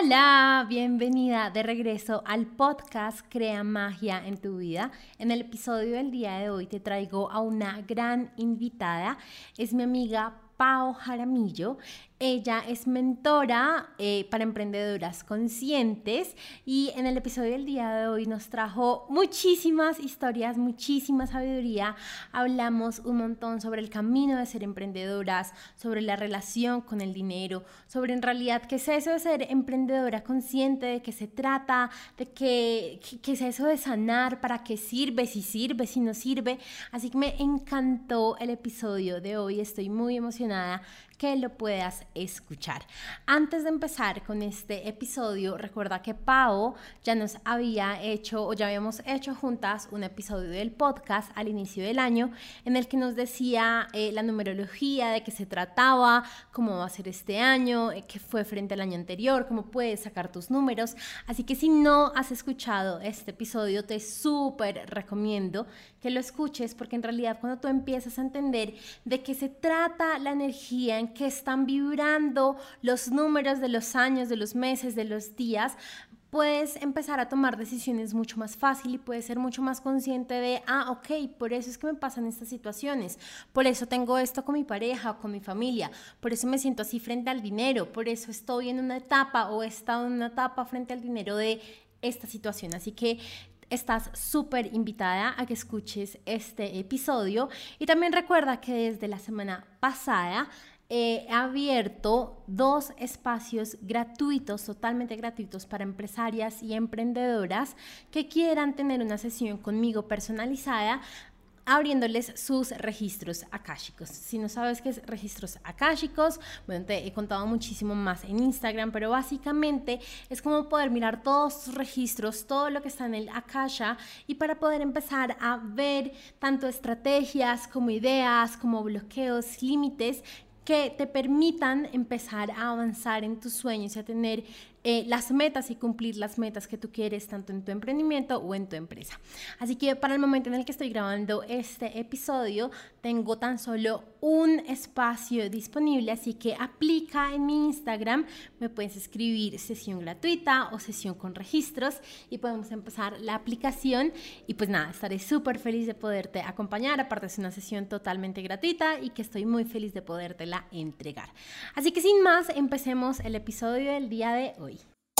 Hola, bienvenida de regreso al podcast Crea Magia en tu vida. En el episodio del día de hoy te traigo a una gran invitada, es mi amiga Pau Jaramillo. Ella es mentora para emprendedoras conscientes y en el episodio del día de hoy nos trajo muchísimas historias, muchísima sabiduría. Hablamos un montón sobre el camino de ser emprendedoras, sobre la relación con el dinero, sobre en realidad qué es eso de ser emprendedora consciente, de qué se trata, de qué es eso de sanar, para qué sirve, si no sirve. Así que me encantó el episodio de hoy, estoy muy emocionada que lo puedas escuchar. Antes de empezar con este episodio, recuerda que Pau ya nos había hecho o ya habíamos hecho juntas un episodio del podcast al inicio del año en el que nos decía la numerología, de qué se trataba, cómo va a ser este año, qué fue frente al año anterior, cómo puedes sacar tus números. Así que si no has escuchado este episodio, te súper recomiendo que lo escuches, porque en realidad cuando tú empiezas a entender de qué se trata la energía, en qué están vibrando los números de los años, de los meses, de los días, puedes empezar a tomar decisiones mucho más fácil y puedes ser mucho más consciente de, ok, por eso es que me pasan estas situaciones, por eso tengo esto con mi pareja o con mi familia, por eso me siento así frente al dinero, por eso estoy en una etapa o he estado en una etapa frente al dinero de esta situación. Así que estás súper invitada a que escuches este episodio y también recuerda que desde la semana pasada he abierto 2 espacios gratuitos, totalmente gratuitos para empresarias y emprendedoras que quieran tener una sesión conmigo personalizada, abriéndoles sus registros akáshicos. Si no sabes qué es registros akáshicos, bueno, te he contado muchísimo más en Instagram, pero básicamente es como poder mirar todos tus registros, todo lo que está en el akasha, y para poder empezar a ver tanto estrategias como ideas, como bloqueos, límites que te permitan empezar a avanzar en tus sueños y a tener las metas y cumplir las metas que tú quieres tanto en tu emprendimiento o en tu empresa. Así que para el momento en el que estoy grabando este episodio tengo tan solo un espacio disponible, así que aplica en mi Instagram, me puedes escribir sesión gratuita o sesión con registros y podemos empezar la aplicación y pues nada, estaré súper feliz de poderte acompañar. Aparte es una sesión totalmente gratuita y que estoy muy feliz de podértela entregar. Así que sin más, empecemos el episodio del día de hoy.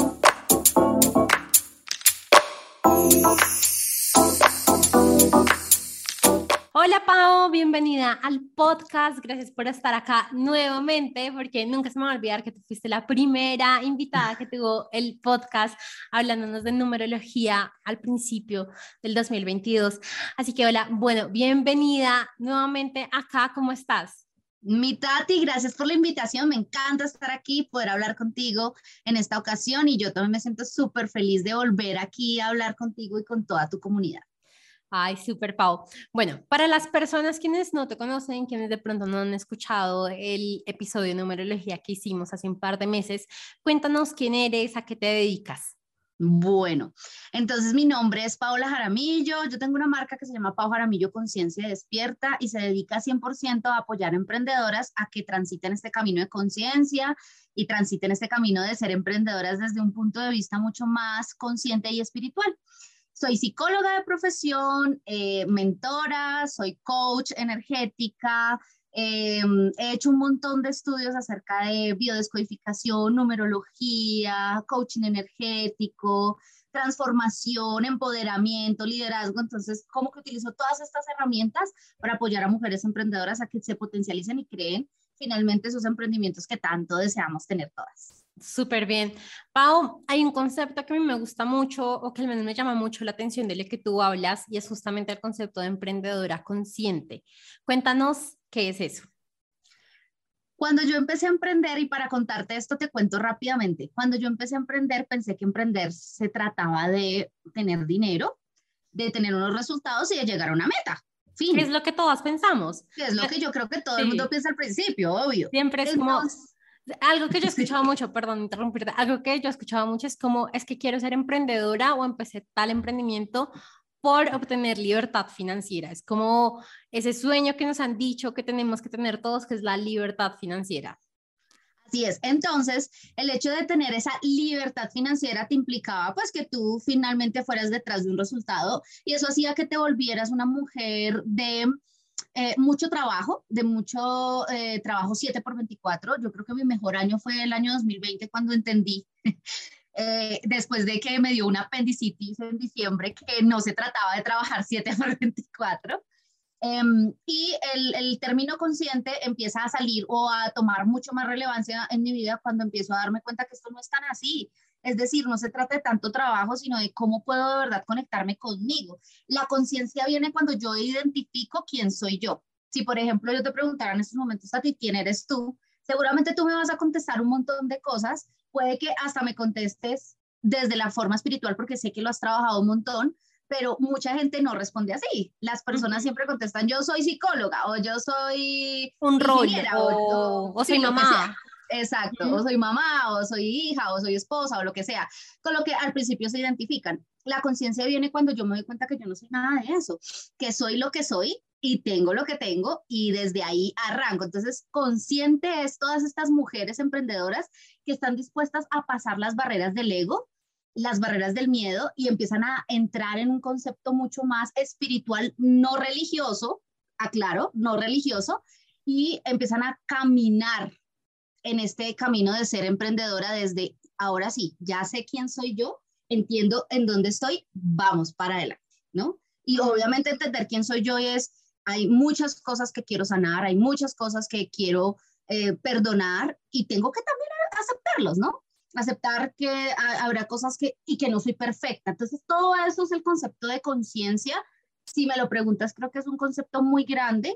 Hola Pau, bienvenida al podcast, gracias por estar acá nuevamente, porque nunca se me va a olvidar que tú fuiste la primera invitada que tuvo el podcast hablándonos de numerología al principio del 2022. Así que hola, bueno, bienvenida nuevamente acá, ¿cómo estás? Mi Tati, gracias por la invitación, me encanta estar aquí, poder hablar contigo en esta ocasión y yo también me siento súper feliz de volver aquí a hablar contigo y con toda tu comunidad. Ay, súper, Pau. Bueno, para las personas quienes no te conocen, quienes de pronto no han escuchado el episodio de numerología que hicimos hace un par de meses, cuéntanos quién eres, a qué te dedicas. Bueno, entonces mi nombre es Paola Jaramillo, yo tengo una marca que se llama Pau Jaramillo Conciencia Despierta y se dedica 100% a apoyar a emprendedoras a que transiten este camino de conciencia y transiten este camino de ser emprendedoras desde un punto de vista mucho más consciente y espiritual. Soy psicóloga de profesión, mentora, soy coach energética, he hecho un montón de estudios acerca de biodescodificación, numerología, coaching energético, transformación, empoderamiento, liderazgo. Entonces, como que utilizo todas estas herramientas para apoyar a mujeres emprendedoras a que se potencialicen y creen finalmente esos emprendimientos que tanto deseamos tener todas. Súper bien. Pau, hay un concepto que a mí me gusta mucho o que al menos me llama mucho la atención de lo que tú hablas y es justamente el concepto de emprendedora consciente. Cuéntanos qué es eso. Cuando yo empecé a emprender, y para contarte esto te cuento rápidamente, cuando yo empecé a emprender pensé que emprender se trataba de tener dinero, de tener unos resultados y de llegar a una meta. ¿Qué es Fin. lo que todas pensamos? Que es lo que yo creo que todo el mundo Sí, piensa al principio, obvio. siempre es como, Entonces, algo que yo he escuchado mucho, perdón, interrumpirte, algo que yo he escuchado mucho es como, es que quiero ser emprendedora o empecé tal emprendimiento por obtener libertad financiera. Es como ese sueño que nos han dicho que tenemos que tener todos, que es la libertad financiera. Así es. Entonces, el hecho de tener esa libertad financiera te implicaba pues que tú finalmente fueras detrás de un resultado y eso hacía que te volvieras una mujer de mucho trabajo, de mucho trabajo 7 por 24. Yo creo que mi mejor año fue el año 2020 cuando entendí, después de que me dio una apendicitis en diciembre, que no se trataba de trabajar 7 por 24. Y el término consciente empieza a salir o a tomar mucho más relevancia en mi vida cuando empiezo a darme cuenta que esto no es tan así. Es decir, no se trata de tanto trabajo, sino de cómo puedo de verdad conectarme conmigo. La conciencia viene cuando yo identifico quién soy yo. Si, por ejemplo, yo te preguntara en estos momentos a ti quién eres tú, seguramente tú me vas a contestar un montón de cosas. Puede que hasta me contestes desde la forma espiritual, porque sé que lo has trabajado un montón, pero mucha gente no responde así. Las personas Ujú. siempre contestan, yo soy psicóloga o yo soy Un rol ingeniera o soy sí, lo que sea. mamá. Exacto, o Ujú. soy mamá, o soy hija, o soy esposa, o lo que sea, con lo que al principio se identifican. La conciencia viene cuando yo me doy cuenta que yo no soy nada de eso, que soy lo que soy y tengo lo que tengo y desde ahí arranco. Entonces, consciente es todas estas mujeres emprendedoras que están dispuestas a pasar las barreras del ego, las barreras del miedo y empiezan a entrar en un concepto mucho más espiritual, no religioso, aclaro, no religioso, y empiezan a caminar en este camino de ser emprendedora desde ahora sí, ya sé quién soy yo, entiendo en dónde estoy, vamos para adelante, ¿no? Y Mm. obviamente entender quién soy yo es, hay muchas cosas que quiero sanar, hay muchas cosas que quiero perdonar y tengo que también aceptarlos, ¿no? Aceptar que habrá cosas que y que no soy perfecta. Entonces, todo eso es el concepto de conciencia. Si me lo preguntas, creo que es un concepto muy grande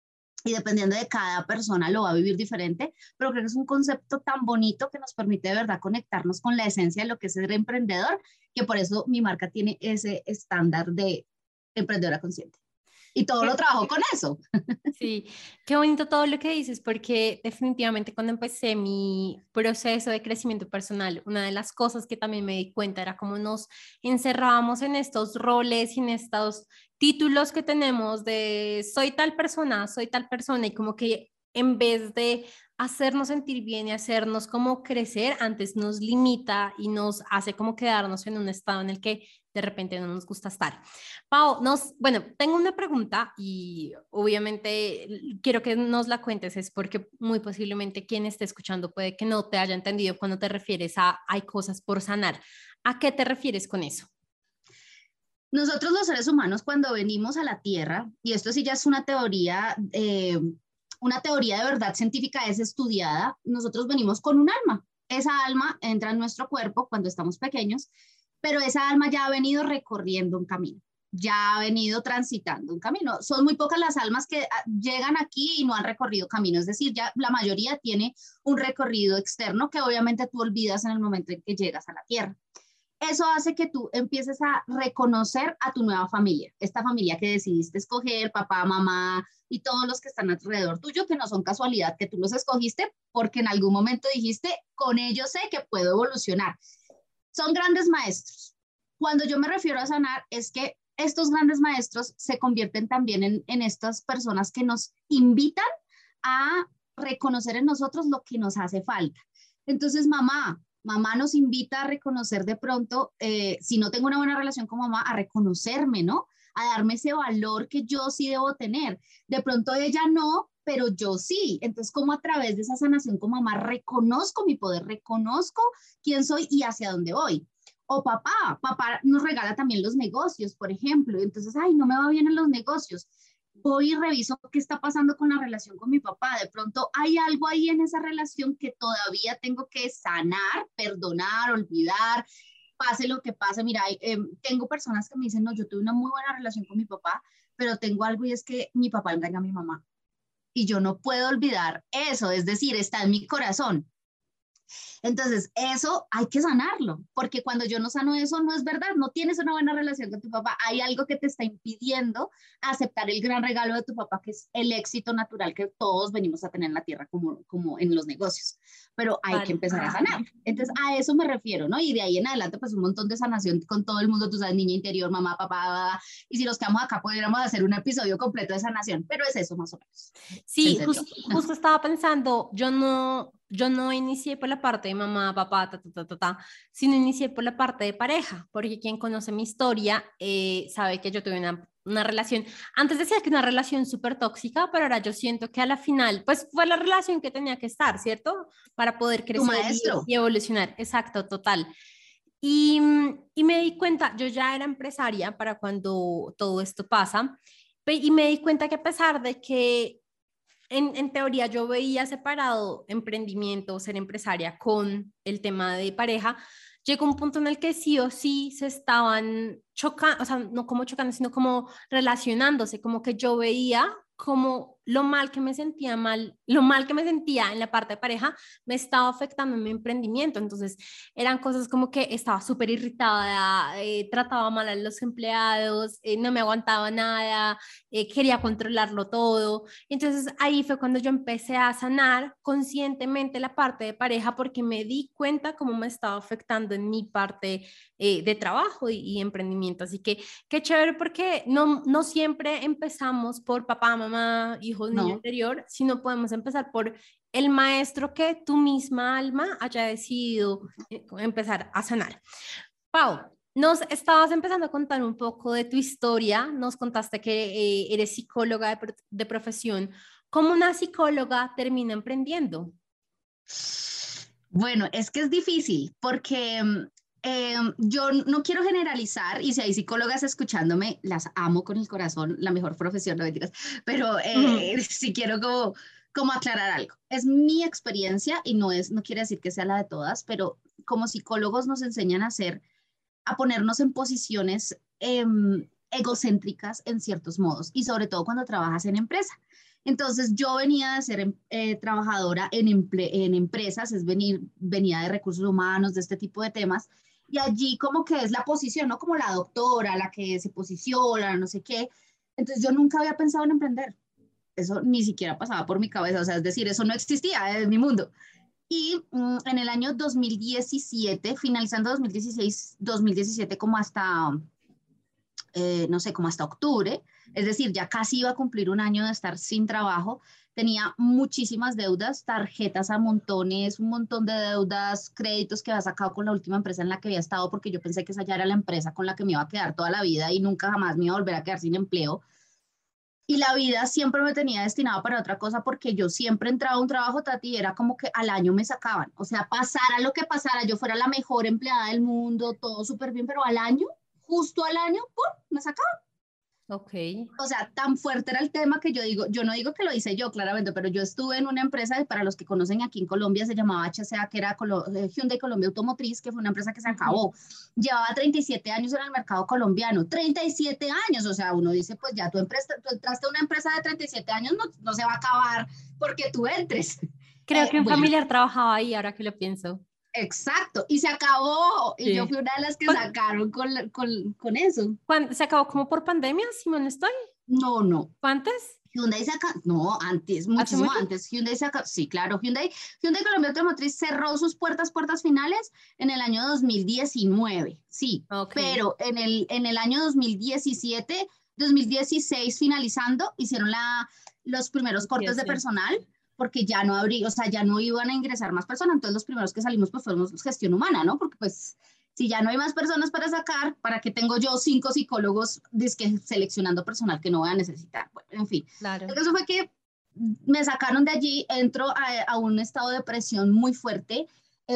y dependiendo de cada persona lo va a vivir diferente, pero creo que es un concepto tan bonito que nos permite de verdad conectarnos con la esencia de lo que es ser emprendedor, que por eso mi marca tiene ese estándar de emprendedora consciente. Y todo lo trabajo con eso. Sí, qué bonito todo lo que dices, porque definitivamente cuando empecé mi proceso de crecimiento personal, una de las cosas que también me di cuenta era cómo nos encerrábamos en estos roles y en estos títulos que tenemos de soy tal persona, y como que en vez de hacernos sentir bien y hacernos como crecer, antes nos limita y nos hace como quedarnos en un estado en el que de repente no nos gusta estar. Pau, bueno, tengo una pregunta y obviamente quiero que nos la cuentes, es porque muy posiblemente quien esté escuchando puede que no te haya entendido cuando te refieres a hay cosas por sanar. ¿A qué te refieres con eso? Nosotros los seres humanos cuando venimos a la Tierra, y esto sí ya es una teoría de verdad científica, es estudiada, nosotros venimos con un alma. Esa alma entra en nuestro cuerpo cuando estamos pequeños, pero esa alma ya ha venido recorriendo un camino, ya ha venido transitando un camino. Son muy pocas las almas que llegan aquí y no han recorrido camino, es decir, ya la mayoría tiene un recorrido externo que obviamente tú olvidas en el momento en que llegas a la Tierra. Eso hace que tú empieces a reconocer a tu nueva familia, esta familia que decidiste escoger, papá, mamá y todos los que están alrededor tuyo, que no son casualidad, que tú los escogiste porque en algún momento dijiste, con ellos sé que puedo evolucionar. Son grandes maestros. Cuando yo me refiero a sanar, es que estos grandes maestros se convierten también en estas personas que nos invitan a reconocer en nosotros lo que nos hace falta. Entonces, mamá nos invita a reconocer de pronto, si no tengo una buena relación con mamá, a reconocerme, ¿no? A darme ese valor que yo sí debo tener. De pronto ella no, pero yo sí. Entonces, como a través de esa sanación con mamá reconozco mi poder, reconozco quién soy y hacia dónde voy. O papá nos regala también los negocios, por ejemplo. Entonces, ay, no me va bien en los negocios. Voy y reviso qué está pasando con la relación con mi papá. De pronto hay algo ahí en esa relación que todavía tengo que sanar, perdonar, olvidar, pase lo que pase. Mira, tengo personas que me dicen, no, yo tuve una muy buena relación con mi papá, pero tengo algo y es que mi papá engaña a mi mamá. Y yo no puedo olvidar eso, es decir, está en mi corazón. Entonces, eso hay que sanarlo, porque cuando yo no sano eso, no es verdad, no tienes una buena relación con tu papá, hay algo que te está impidiendo aceptar el gran regalo de tu papá, que es el éxito natural que todos venimos a tener en la tierra, como en los negocios, pero hay que Vale. empezar a sanar. Entonces, a eso me refiero, ¿no? Y de ahí en adelante, pues un montón de sanación con todo el mundo, tú sabes, niña interior, mamá, papá, y si nos quedamos acá, podríamos hacer un episodio completo de sanación, pero es eso más o menos, Sí, en serio. justo estaba pensando, yo no, yo no inicié por la parte de mamá, papá, sino inicié por la parte de pareja, porque quien conoce mi historia sabe que yo tuve una relación, antes decía que una relación súper tóxica, pero ahora yo siento que a la final, pues fue la relación que tenía que estar, ¿cierto? Para poder Tu crecer maestro. y evolucionar. Exacto, total. Y me di cuenta, yo ya era empresaria para cuando todo esto pasa, y me di cuenta que a pesar de que en teoría yo veía separado emprendimiento, ser empresaria con el tema de pareja, llegó un punto en el que sí o sí se estaban chocando, o sea, no como chocando, sino como relacionándose, como que yo veía como lo mal que me sentía mal, lo mal que me sentía en la parte de pareja me estaba afectando en mi emprendimiento. Entonces eran cosas como que estaba súper irritada, trataba mal a los empleados, no me aguantaba nada, quería controlarlo todo. Entonces ahí fue cuando yo empecé a sanar conscientemente la parte de pareja porque me di cuenta cómo me estaba afectando en mi parte de trabajo y emprendimiento. Así que qué chévere porque no siempre empezamos por papá, mamá, hijos, niño No. interior, sino podemos empezar por el maestro que tu misma alma haya decidido empezar a sanar. Pau, nos estabas empezando a contar un poco de tu historia, nos contaste que eres psicóloga de profesión. ¿Cómo una psicóloga termina emprendiendo? Bueno, es que es difícil porque yo no quiero generalizar y si hay psicólogas escuchándome, las amo con el corazón, la mejor profesión, no mentiras, pero Ujú. sí quiero como aclarar algo. Es mi experiencia y no quiere decir que sea la de todas, pero como psicólogos nos enseñan a ponernos en posiciones egocéntricas en ciertos modos y sobre todo cuando trabajas en empresa. Entonces yo venía de ser trabajadora en empresas, venía de recursos humanos, de este tipo de temas, y allí como que es la posición, ¿no? Como la doctora, la que se posiciona, no sé qué. Entonces yo nunca había pensado en emprender. Eso ni siquiera pasaba por mi cabeza, o sea, es decir, eso no existía en mi mundo. Y en el año 2017, finalizando 2016, 2017 como hasta, no sé, como hasta octubre, es decir, ya casi iba a cumplir un año de estar sin trabajo, tenía muchísimas deudas, tarjetas a montones, un montón de deudas, créditos que había sacado con la última empresa en la que había estado, porque yo pensé que esa ya era la empresa con la que me iba a quedar toda la vida y nunca jamás me iba a volver a quedar sin empleo. Y la vida siempre me tenía destinada para otra cosa porque yo siempre entraba a un trabajo, Tati, y era como que al año me sacaban. O sea, pasara lo que pasara, yo fuera la mejor empleada del mundo, todo súper bien, pero al año, justo al año, ¡pum!, me sacaban. Ok. O sea, tan fuerte era el tema que yo digo, yo no digo que lo hice yo, claramente, pero yo estuve en una empresa, para los que conocen aquí en Colombia, se llamaba HCA, que era Hyundai Colombia Automotriz, que fue una empresa que se Ujú. acabó. Llevaba 37 años en el mercado colombiano, 37 años, o sea, uno dice, pues ya tú entraste a una empresa de 37 años, no se va a acabar porque tú entres. Creo que un Bueno, familiar trabajaba ahí, ahora que lo pienso. exacto, y se acabó, y yo Sí. fui una de las que ¿Cuán- sacaron con eso. ¿Se acabó como por pandemia, si mal no estoy? No, no, ¿Cuántas? Hyundai saca, no, antes, ¿Hace muchísimo mucho? antes, Hyundai saca, sí, claro, Hyundai Colombia Automotriz cerró sus puertas finales en el año 2019, sí, Ok. pero en el año 2017, 2016 finalizando, hicieron los primeros cortes de Empiece. personal, porque ya no habría, o sea, ya no iban a ingresar más personas, entonces los primeros que salimos pues fuimos gestión humana, ¿no? Porque pues si ya no hay más personas para sacar, ¿para qué tengo yo 5 psicólogos seleccionando personal que no voy a necesitar? Bueno, en fin. El Claro. caso fue que me sacaron de allí, entro a un estado de depresión muy fuerte.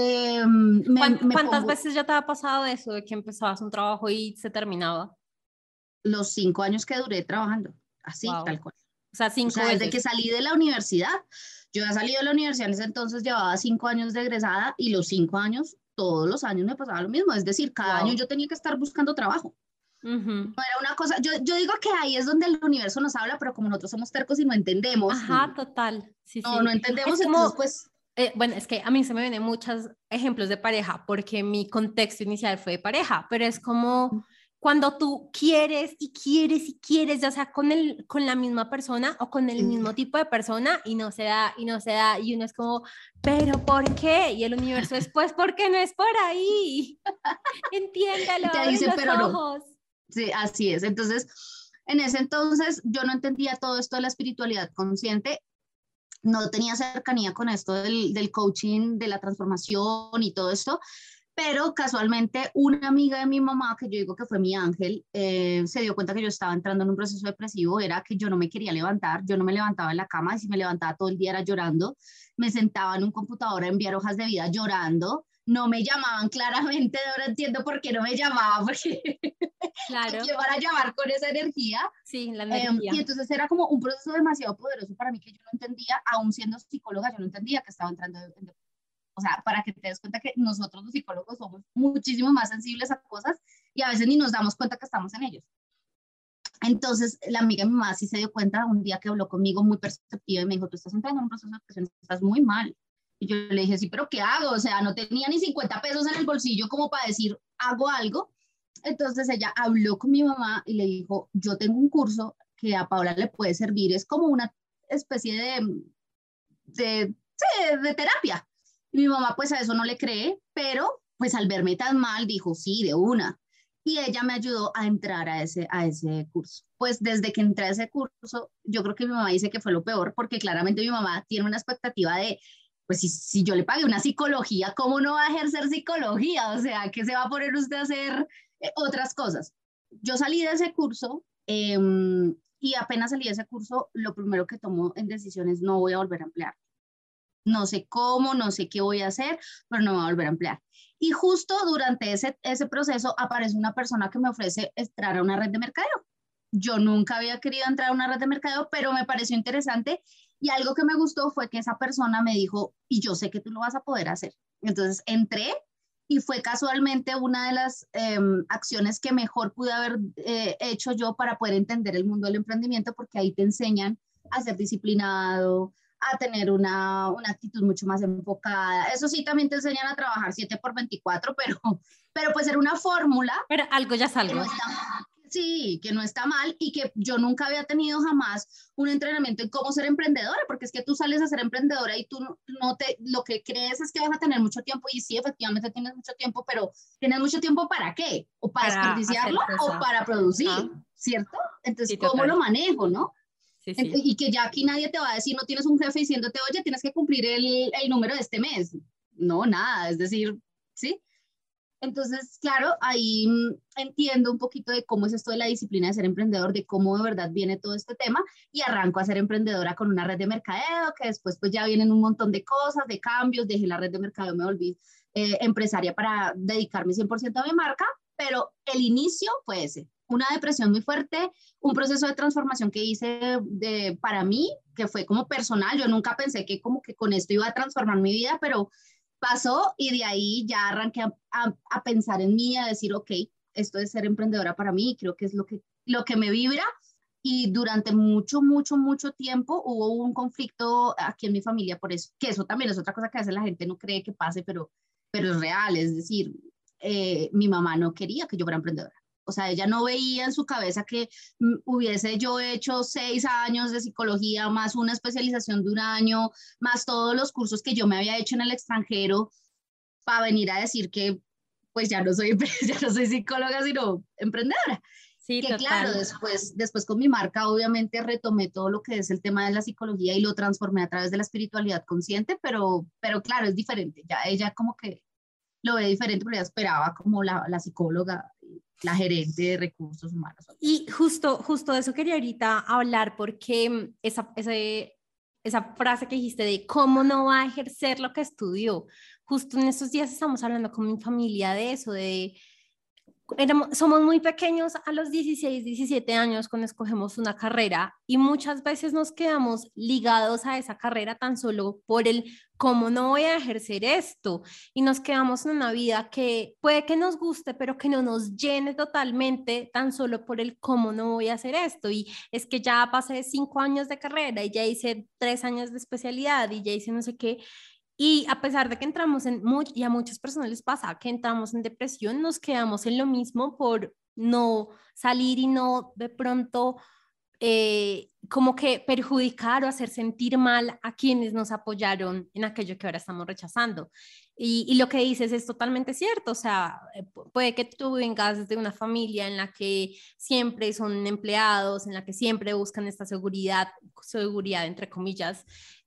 Me ¿Cuántas pongo veces ya te ha pasado eso de que empezabas un trabajo y se terminaba? los 5 años que duré trabajando, así, Wow. tal cual. O sea, O cinco sea, desde que veces. salí de la universidad, yo había salido de la universidad en ese entonces, llevaba 5 años de egresada y los 5 años, todos los años me pasaba lo mismo. Es decir, cada año Wow. yo tenía que estar buscando trabajo. Ujú. No era una cosa, yo digo que ahí es donde el universo nos habla, pero como nosotros somos tercos y no entendemos, Ajá, total. Sí, no, no sí. Es entendemos, entonces como, pues bueno, es que a mí se me vienen muchos ejemplos de pareja porque mi contexto inicial fue de pareja, pero es como cuando tú quieres y quieres y quieres, ya sea con la misma persona o con el mismo tipo de persona y no se da y no se da y uno es como, pero ¿por qué? Y el universo después, ¿por qué no es por ahí? Entiéndalo, y te abre dice, los pero no. ojos. Sí, así es. Entonces, en ese entonces yo no entendía todo esto de la espiritualidad consciente no tenía cercanía con esto del coaching, de la transformación y todo esto, pero casualmente una amiga de mi mamá, que yo digo que fue mi ángel, se dio cuenta que yo estaba entrando en un proceso depresivo, era que yo no me quería levantar, yo no me levantaba en la cama, y si me levantaba todo el día era llorando, me sentaba en un computador a enviar hojas de vida llorando, no me llamaban claramente, ahora entiendo por qué no me llamaban, porque a Claro, quién van a llamar con esa energía. sí, la Y energía. entonces era como un proceso demasiado poderoso para mí que yo no entendía, aún siendo psicóloga, yo no entendía que estaba entrando en, o sea, para que te des cuenta que nosotros los psicólogos somos muchísimo más sensibles a cosas y a veces ni nos damos cuenta que estamos en ellos. Entonces, la amiga de mi mamá sí se dio cuenta un día que habló conmigo muy perceptiva y me dijo, tú estás entrando en un proceso de depresión, estás muy mal. Y yo le dije, sí, pero ¿qué hago? O sea, no tenía ni 50 pesos en el bolsillo como para decir, hago algo. Entonces ella habló con mi mamá y le dijo, yo tengo un curso que a Paula le puede servir, es como una especie de terapia. Y mi mamá pues a eso no le cree, pero pues al verme tan mal dijo, sí, de una. Y ella me ayudó a entrar a ese curso. Pues desde que entré a ese curso, yo creo que mi mamá dice que fue lo peor, porque claramente mi mamá tiene una expectativa de, pues si yo le pagué una psicología, ¿cómo no va a ejercer psicología? O sea, ¿qué se va a poner usted a hacer otras cosas? Yo salí de ese curso y apenas salí de ese curso, lo primero que tomo en decisión es no voy a volver a emplear. No sé cómo, no sé qué voy a hacer, pero no me voy a volver a emplear. Y justo durante ese proceso aparece una persona que me ofrece entrar a una red de mercadeo. Yo nunca había querido entrar a una red de mercadeo, pero me pareció interesante y algo que me gustó fue que esa persona me dijo, y yo sé que tú lo vas a poder hacer. Entonces entré y fue casualmente una de las acciones que mejor pude haber hecho yo para poder entender el mundo del emprendimiento, porque ahí te enseñan a ser disciplinado, a tener una actitud mucho más enfocada. Eso sí, también te enseñan a trabajar 7 por 24, pero pues era una fórmula Pero algo ya es que no algo. está, sí, que no está mal y que yo nunca había tenido jamás un entrenamiento en cómo ser emprendedora, porque es que tú sales a ser emprendedora y tú lo que crees es que vas a tener mucho tiempo y sí, efectivamente tienes mucho tiempo, pero ¿tienes mucho tiempo para qué? ¿O para Para hacer desperdiciarlo o cosas. para Ajá, producir? ¿Cierto? Entonces, sí, ¿cómo lo total. manejo, no? Sí, sí. Y que ya aquí nadie te va a decir, no tienes un jefe diciéndote, oye, tienes que cumplir el número de este mes. No, nada, es decir, ¿sí? Entonces, claro, ahí entiendo un poquito de cómo es esto de la disciplina de ser emprendedor, de cómo de verdad viene todo este tema y arranco a ser emprendedora con una red de mercadeo, que después pues ya vienen un montón de cosas, de cambios, dejé la red de mercadeo, me volví empresaria para dedicarme 100% a mi marca, pero el inicio fue ese, una depresión muy fuerte, un proceso de transformación que hice para mí, que fue como personal, yo nunca pensé que como que con esto iba a transformar mi vida, pero pasó y de ahí ya arranqué a pensar en mí, a decir, ok, esto es ser emprendedora para mí, creo que es lo que me vibra. Y durante mucho, mucho, mucho tiempo hubo un conflicto aquí en mi familia por eso, que eso también es otra cosa que a veces la gente no cree que pase, pero es real, es decir, mi mamá no quería que yo fuera emprendedora. O sea, ella no veía en su cabeza que hubiese yo hecho 6 años de psicología, más una especialización de un año, más todos los cursos que yo me había hecho en el extranjero, para venir a decir que pues ya no soy, ya no soy psicóloga, sino emprendedora. Sí, Que claro, total. después con mi marca obviamente retomé todo lo que es el tema de la psicología y lo transformé a través de la espiritualidad consciente, pero claro, es diferente. Ya ella como que lo ve diferente, pero ella esperaba como la psicóloga, la gerente de recursos humanos. Y justo de eso quería ahorita hablar porque esa frase que dijiste de cómo no va a ejercer lo que estudió, justo en estos días estamos hablando con mi familia de eso, de somos muy pequeños a los 16, 17 años cuando escogemos una carrera y muchas veces nos quedamos ligados a esa carrera tan solo por el cómo no voy a ejercer esto y nos quedamos en una vida que puede que nos guste, pero que no nos llene totalmente tan solo por el cómo no voy a hacer esto. Y es que ya pasé 5 años de carrera y ya hice 3 años de especialidad y ya hice no sé qué. Y a pesar de que entramos y a muchas personas les pasa que entramos en depresión, nos quedamos en lo mismo por no salir y no de pronto como que perjudicar o hacer sentir mal a quienes nos apoyaron en aquello que ahora estamos rechazando. Y lo que dices es totalmente cierto, o sea, puede que tú vengas de una familia en la que siempre son empleados, en la que siempre buscan esta seguridad entre comillas,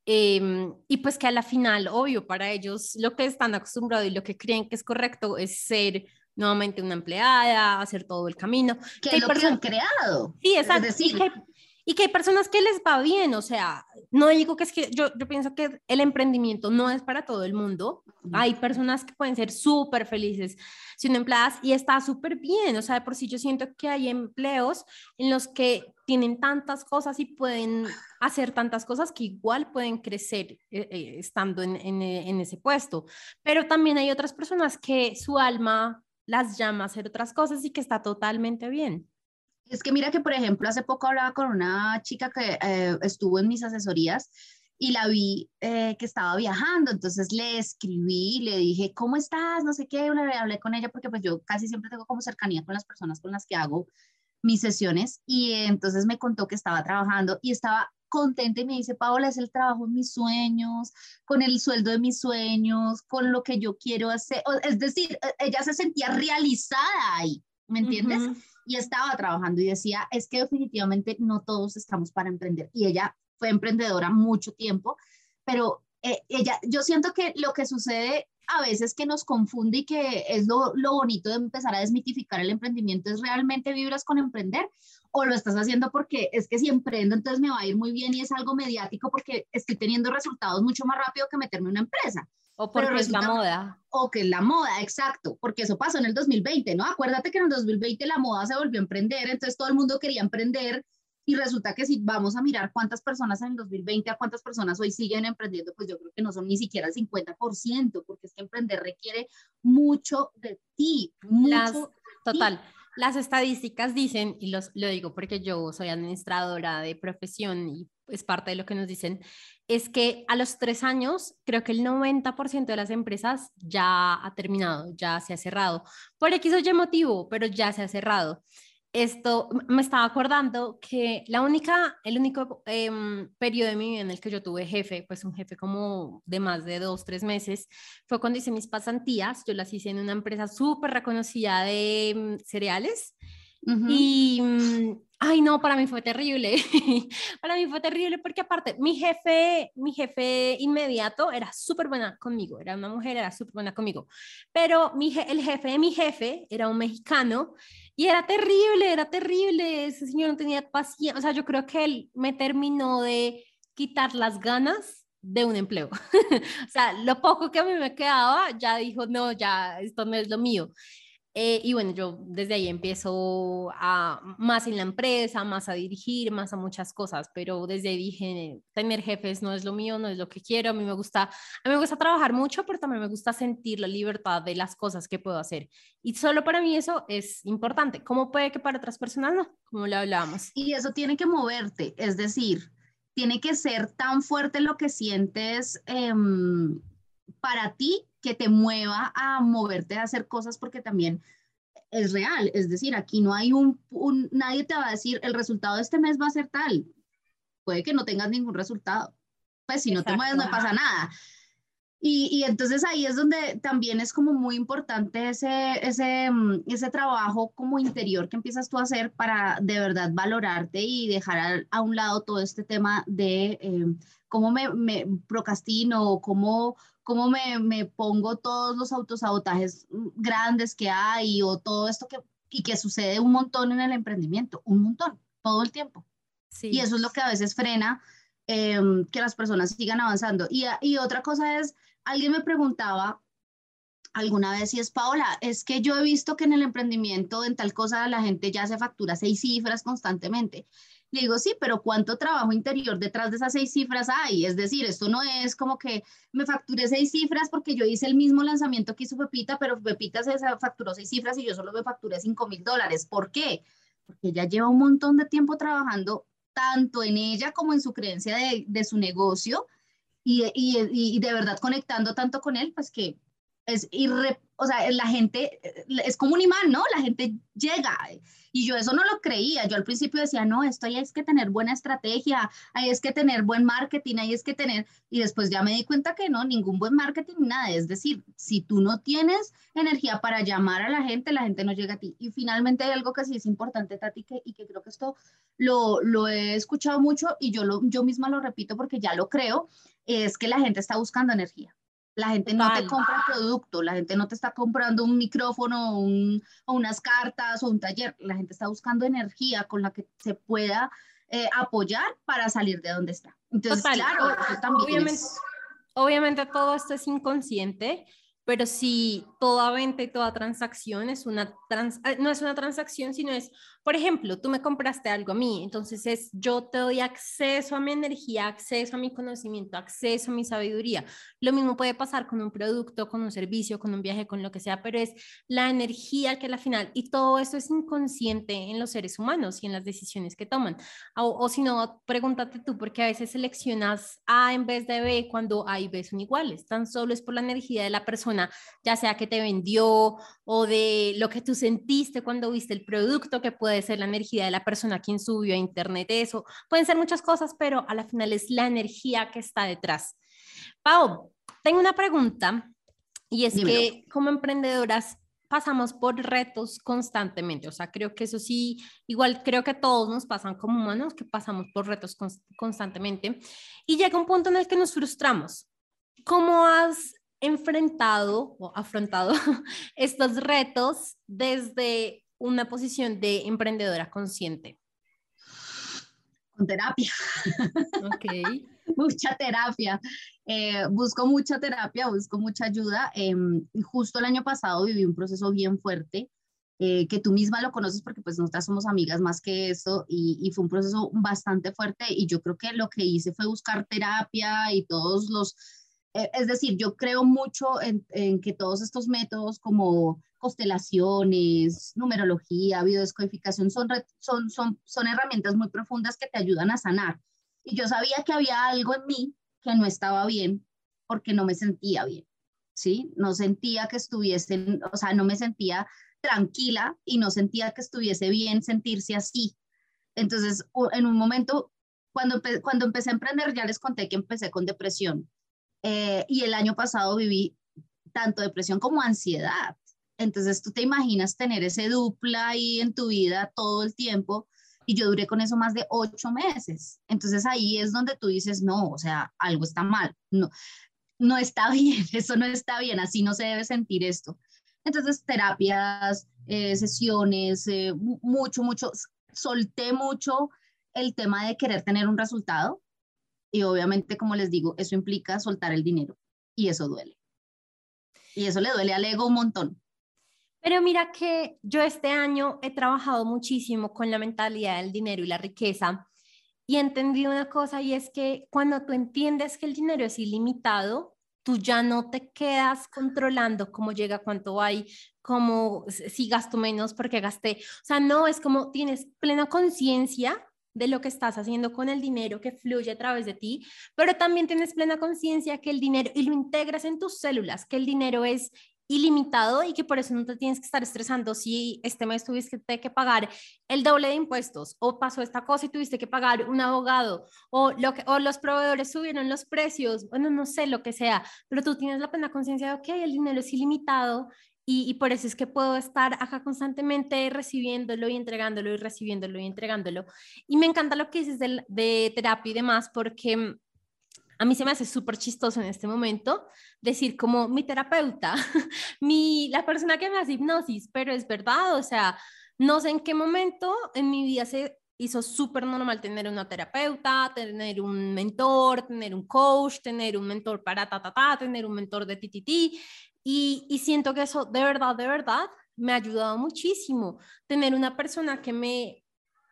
Y pues que a la final, obvio, para ellos lo que están acostumbrados y lo que creen que es correcto es ser nuevamente una empleada, hacer todo el camino. Que Que es hay lo que han personas, creado. sí, Es exacto, decir, y que hay personas que les va bien, o sea, no digo que es que yo pienso que el emprendimiento no es para todo el mundo. Hay personas que pueden ser súper felices siendo empleadas y está súper bien, o sea, de por sí yo siento que hay empleos en los que tienen tantas cosas y pueden hacer tantas cosas que igual pueden crecer estando en ese puesto, pero también hay otras personas que su alma las llama a hacer otras cosas y que está totalmente bien. es que mira que, por ejemplo, hace poco hablaba con una chica que estuvo en mis asesorías y la vi que estaba viajando, entonces le escribí, le dije, ¿cómo estás? No sé qué, hablé con ella porque pues yo casi siempre tengo como cercanía con las personas con las que hago mis sesiones y entonces me contó que estaba trabajando y estaba contenta y me dice, Paola, es el trabajo de mis sueños, con el sueldo de mis sueños, con lo que yo quiero hacer. Es decir, ella se sentía realizada ahí, ¿me entiendes? Ujú. Y estaba trabajando y decía, es que definitivamente no todos estamos para emprender. Y ella fue emprendedora mucho tiempo, pero ella, yo siento que lo que sucede a veces que nos confunde y que es lo bonito de empezar a desmitificar el emprendimiento es realmente vibras con emprender o lo estás haciendo porque es que si emprendo entonces me va a ir muy bien y es algo mediático porque estoy teniendo resultados mucho más rápido que meterme en una empresa. O Pero porque es la resulta, moda. o que es la moda, exacto, porque eso pasó en el 2020, ¿no? Acuérdate que en el 2020 la moda se volvió a emprender, entonces todo el mundo quería emprender y resulta que si vamos a mirar cuántas personas en el 2020 a cuántas personas hoy siguen emprendiendo, pues yo creo que no son ni siquiera el 50%, porque es que emprender requiere mucho de ti, Las, mucho de ti. total, las estadísticas dicen, y lo digo porque yo soy administradora de profesión y es parte de lo que nos dicen, es que a los 3 años creo que el 90% de las empresas ya ha terminado, ya se ha cerrado. Por X o Y motivo, pero ya se ha cerrado. Esto me estaba acordando que el único periodo de mi vida en el que yo tuve jefe, pues un jefe como de más de 2, 3 meses, fue cuando hice mis pasantías. Yo las hice en una empresa súper reconocida de cereales Uh -huh. y, ay no, para mí fue terrible. Para mí fue terrible porque aparte mi jefe inmediato era súper buena conmigo, era una mujer, era súper buena conmigo, pero el jefe de mi jefe era un mexicano y era terrible, ese señor no tenía paciencia, o sea, yo creo que él me terminó de quitar las ganas de un empleo. O sea, lo poco que a mí me quedaba, ya dijo, no, ya, esto no es lo mío. Y bueno, yo desde ahí empiezo a más en la empresa, más a dirigir, más a muchas cosas, pero desde ahí dije, tener jefes no es lo mío, no es lo que quiero, a mí me gusta trabajar mucho, pero también me gusta sentir la libertad de las cosas que puedo hacer. Y solo para mí eso es importante. ¿Cómo puede que para otras personas no? Como lo hablábamos. Y eso tiene que moverte, es decir, tiene que ser tan fuerte lo que sientes para ti que te mueva a moverte a hacer cosas porque también es real, es decir, aquí no hay nadie te va a decir el resultado de este mes va a ser tal, puede que no tengas ningún resultado, pues si no te mueves Exacto. no pasa nada. Y entonces ahí es donde también es como muy importante ese trabajo como interior que empiezas tú a hacer para de verdad valorarte y dejar a un lado todo este tema de cómo me procrastino, cómo me pongo todos los autosabotajes grandes que hay o todo esto y que sucede un montón en el emprendimiento, un montón, todo el tiempo. Y Sí. eso es lo que a veces frena que las personas sigan avanzando. Y otra cosa es, alguien me preguntaba alguna vez si es Paola, es que yo he visto que en el emprendimiento, en tal cosa, la gente ya se factura 6 cifras constantemente. Le digo, sí, pero ¿cuánto trabajo interior detrás de esas 6 cifras hay? Es decir, esto no es como que me facturé 6 cifras porque yo hice el mismo lanzamiento que hizo Pepita, pero Pepita se facturó 6 cifras y yo solo me facturé $5,000. ¿Por qué? Porque ella lleva un montón de tiempo trabajando tanto en ella como en su creencia de su negocio y de verdad conectando tanto con él, pues que es o sea, la gente es como un imán, ¿no? La gente llega. Y yo eso no lo creía. Yo al principio decía, no, esto ahí es que tener buena estrategia, ahí es que tener buen marketing, ahí es que tener... Y después ya me di cuenta que no, ningún buen marketing, nada. Es decir, si tú no tienes energía para llamar a la gente no llega a ti. Y finalmente hay algo que sí es importante, Tati, y que creo que esto lo he escuchado mucho y yo misma lo repito porque ya lo creo, es que la gente está buscando energía. La gente no te Total. compra producto, la gente no te está comprando un micrófono o unas cartas o un taller, la gente está buscando energía con la que se pueda apoyar para salir de donde está. Entonces, Total, claro, eso también obviamente, es... obviamente todo esto es inconsciente, pero sí, toda venta y toda transacción es no es una transacción, sino es, por ejemplo, tú me compraste algo a mí, entonces es yo te doy acceso a mi energía, acceso a mi conocimiento, acceso a mi sabiduría. Lo mismo puede pasar con un producto, con un servicio, con un viaje, con lo que sea, pero es la energía que a la final, y todo esto es inconsciente en los seres humanos y en las decisiones que toman. O si no, pregúntate tú, porque a veces seleccionas A en vez de B cuando A y B son iguales. Tan solo es por la energía de la persona, ya sea que te vendió o de lo que tú sentiste cuando viste el producto, que puede ser la energía de la persona quien subió a internet eso. Pueden ser muchas cosas, pero a la final es la energía que está detrás. Pau, tengo una pregunta y es Dímelo. que como emprendedoras pasamos por retos constantemente, o sea, creo que eso sí, igual creo que todos nos pasan como humanos, que pasamos por retos constantemente y llega un punto en el que nos frustramos. ¿Cómo has enfrentado o afrontado estos retos desde una posición de emprendedora consciente? Con terapia. Ok. Mucha terapia. Busco mucha terapia, busco mucha ayuda. Justo el año pasado viví un proceso bien fuerte, que tú misma lo conoces porque pues nosotras somos amigas más que eso, y fue un proceso bastante fuerte y yo creo que lo que hice fue buscar terapia y todos los... es decir, yo creo mucho en que todos estos métodos como constelaciones, numerología, biodescodificación son herramientas muy profundas que te ayudan a sanar. Y yo sabía que había algo en mí que no estaba bien porque no me sentía bien, ¿sí? No sentía que estuviesen, o sea, no me sentía tranquila y no sentía que estuviese bien sentirse así. Entonces, en un momento, cuando empecé a emprender, ya les conté que empecé con depresión. Y el año pasado viví tanto depresión como ansiedad. Entonces, tú te imaginas tener ese dupla ahí en tu vida todo el tiempo y yo duré con eso más de 8 meses. Entonces ahí es donde tú dices, no, o sea, algo está mal, no, no está bien, eso no está bien, así no se debe sentir esto. Entonces, terapias, sesiones, mucho, solté mucho el tema de querer tener un resultado y obviamente, como les digo, eso implica soltar el dinero y eso duele. Y eso le duele al ego un montón. Pero mira que yo este año he trabajado muchísimo con la mentalidad del dinero y la riqueza y entendí una cosa y es que cuando tú entiendes que el dinero es ilimitado, tú ya no te quedas controlando cómo llega, cuánto hay, cómo si gasto menos, porque gasté. O sea, no, es como tienes plena conciencia de lo que estás haciendo con el dinero que fluye a través de ti, pero también tienes plena conciencia que el dinero, y lo integras en tus células, que el dinero es ilimitado y que por eso no te tienes que estar estresando si este mes tuviste que pagar el doble de impuestos o pasó esta cosa y tuviste que pagar un abogado o los proveedores subieron los precios, bueno, no sé lo que sea, pero tú tienes la plena conciencia de, ok, el dinero es ilimitado y por eso es que puedo estar acá constantemente recibiéndolo y entregándolo y recibiéndolo y entregándolo. Y me encanta lo que dices de terapia y demás porque a mí se me hace súper chistoso en este momento decir como mi terapeuta, la persona que me hace hipnosis, pero es verdad, o sea, no sé en qué momento en mi vida se hizo súper normal tener una terapeuta, tener un mentor, tener un coach, tener un mentor para tener un mentor de ti, y siento que eso de verdad, me ha ayudado muchísimo, tener una persona que me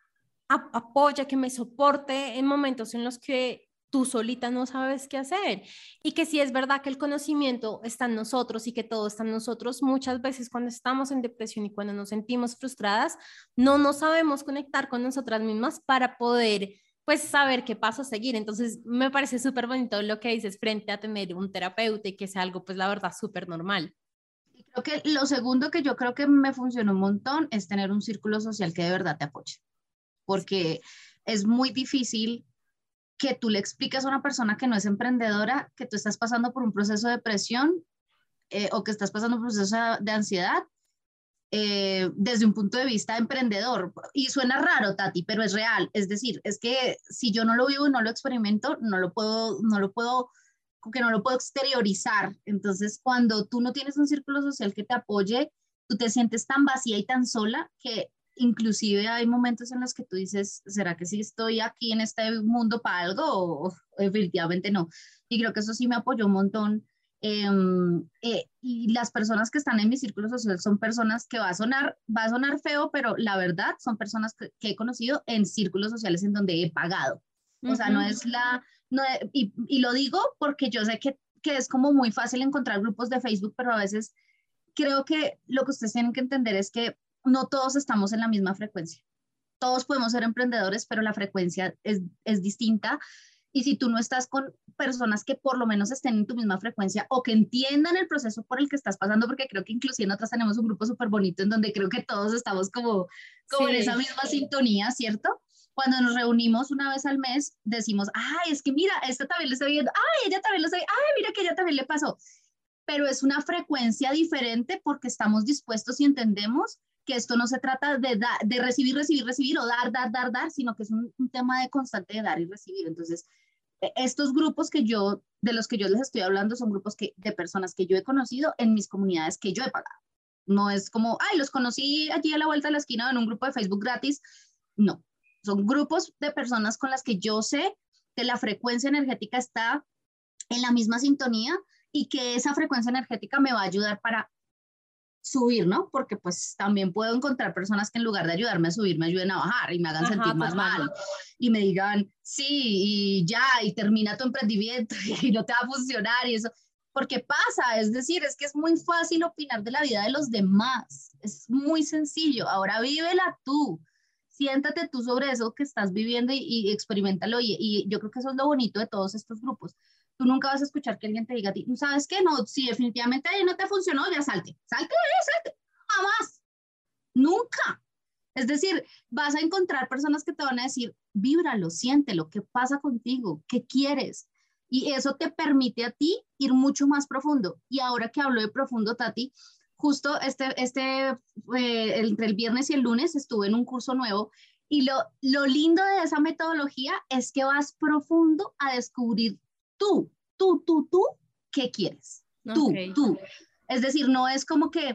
apoya, que me soporte en momentos en los que tú solita no sabes qué hacer. Y que si es verdad que el conocimiento está en nosotros y que todo está en nosotros, muchas veces cuando estamos en depresión y cuando nos sentimos frustradas, no nos sabemos conectar con nosotras mismas para poder pues saber qué paso seguir. Entonces me parece súper bonito lo que dices frente a tener un terapeuta y que sea algo pues la verdad súper normal. Creo que lo segundo que yo creo que me funcionó un montón es tener un círculo social que de verdad te apoye, porque es muy difícil que tú le expliques a una persona que no es emprendedora que tú estás pasando por un proceso de depresión o que estás pasando por un proceso de ansiedad desde un punto de vista emprendedor. Y suena raro, Tati, pero es real. Es decir, es que si yo no lo vivo y no lo experimento, que no lo puedo exteriorizar. Entonces, cuando tú no tienes un círculo social que te apoye, tú te sientes tan vacía y tan sola que inclusive hay momentos en los que tú dices, ¿será que sí estoy aquí en este mundo para algo o definitivamente no? Y creo que eso sí me apoyó un montón. Y las personas que están en mi círculo social son personas que va a sonar feo, pero la verdad son personas que he conocido en círculos sociales en donde he pagado. O sea, no Ujú. es no, y lo digo porque yo sé que es como muy fácil encontrar grupos de Facebook, pero a veces creo que lo que ustedes tienen que entender es que no todos estamos en la misma frecuencia. Todos podemos ser emprendedores, pero la frecuencia es distinta. Y si tú no estás con personas que por lo menos estén en tu misma frecuencia o que entiendan el proceso por el que estás pasando, porque creo que inclusive nosotros tenemos un grupo súper bonito en donde creo que todos estamos como en esa Sí. misma sintonía, ¿cierto? Cuando nos reunimos una vez al mes, decimos, ay, es que mira, esta también le estoy viendo, ay, ella también lo estoy, ay, mira que ella también le pasó. Pero es una frecuencia diferente porque estamos dispuestos y entendemos que esto no se trata de recibir, recibir, recibir o dar, sino que es un tema de constante de dar y recibir. Entonces, estos grupos de los que yo les estoy hablando son grupos de personas que yo he conocido en mis comunidades que yo he pagado. No es como, ay, los conocí allí a la vuelta de la esquina en un grupo de Facebook gratis. No, son grupos de personas con las que yo sé que la frecuencia energética está en la misma sintonía y que esa frecuencia energética me va a ayudar para subir, ¿no? Porque pues también puedo encontrar personas que en lugar de ayudarme a subir, me ayuden a bajar y me hagan sentir Ajá, más total. mal y me digan, sí, y ya, y termina tu emprendimiento y no te va a funcionar y eso. Porque pasa, es decir, es que es muy fácil opinar de la vida de los demás, es muy sencillo, ahora vívela tú, siéntate tú sobre eso que estás viviendo y experimentalo y yo creo que eso es lo bonito de todos estos grupos. Tú nunca vas a escuchar que alguien te diga a ti, ¿sabes qué? No, si definitivamente no te funcionó, ya salte, jamás, nunca. Es decir, vas a encontrar personas que te van a decir, víbralo, siéntelo, ¿qué pasa contigo? ¿Qué quieres? Y eso te permite a ti ir mucho más profundo. Y ahora que hablo de profundo, Tati, justo entre el viernes y el lunes estuve en un curso nuevo y lo lindo de esa metodología es que vas profundo a descubrir tú, qué quieres. Ok. Tú. Es decir, no es como que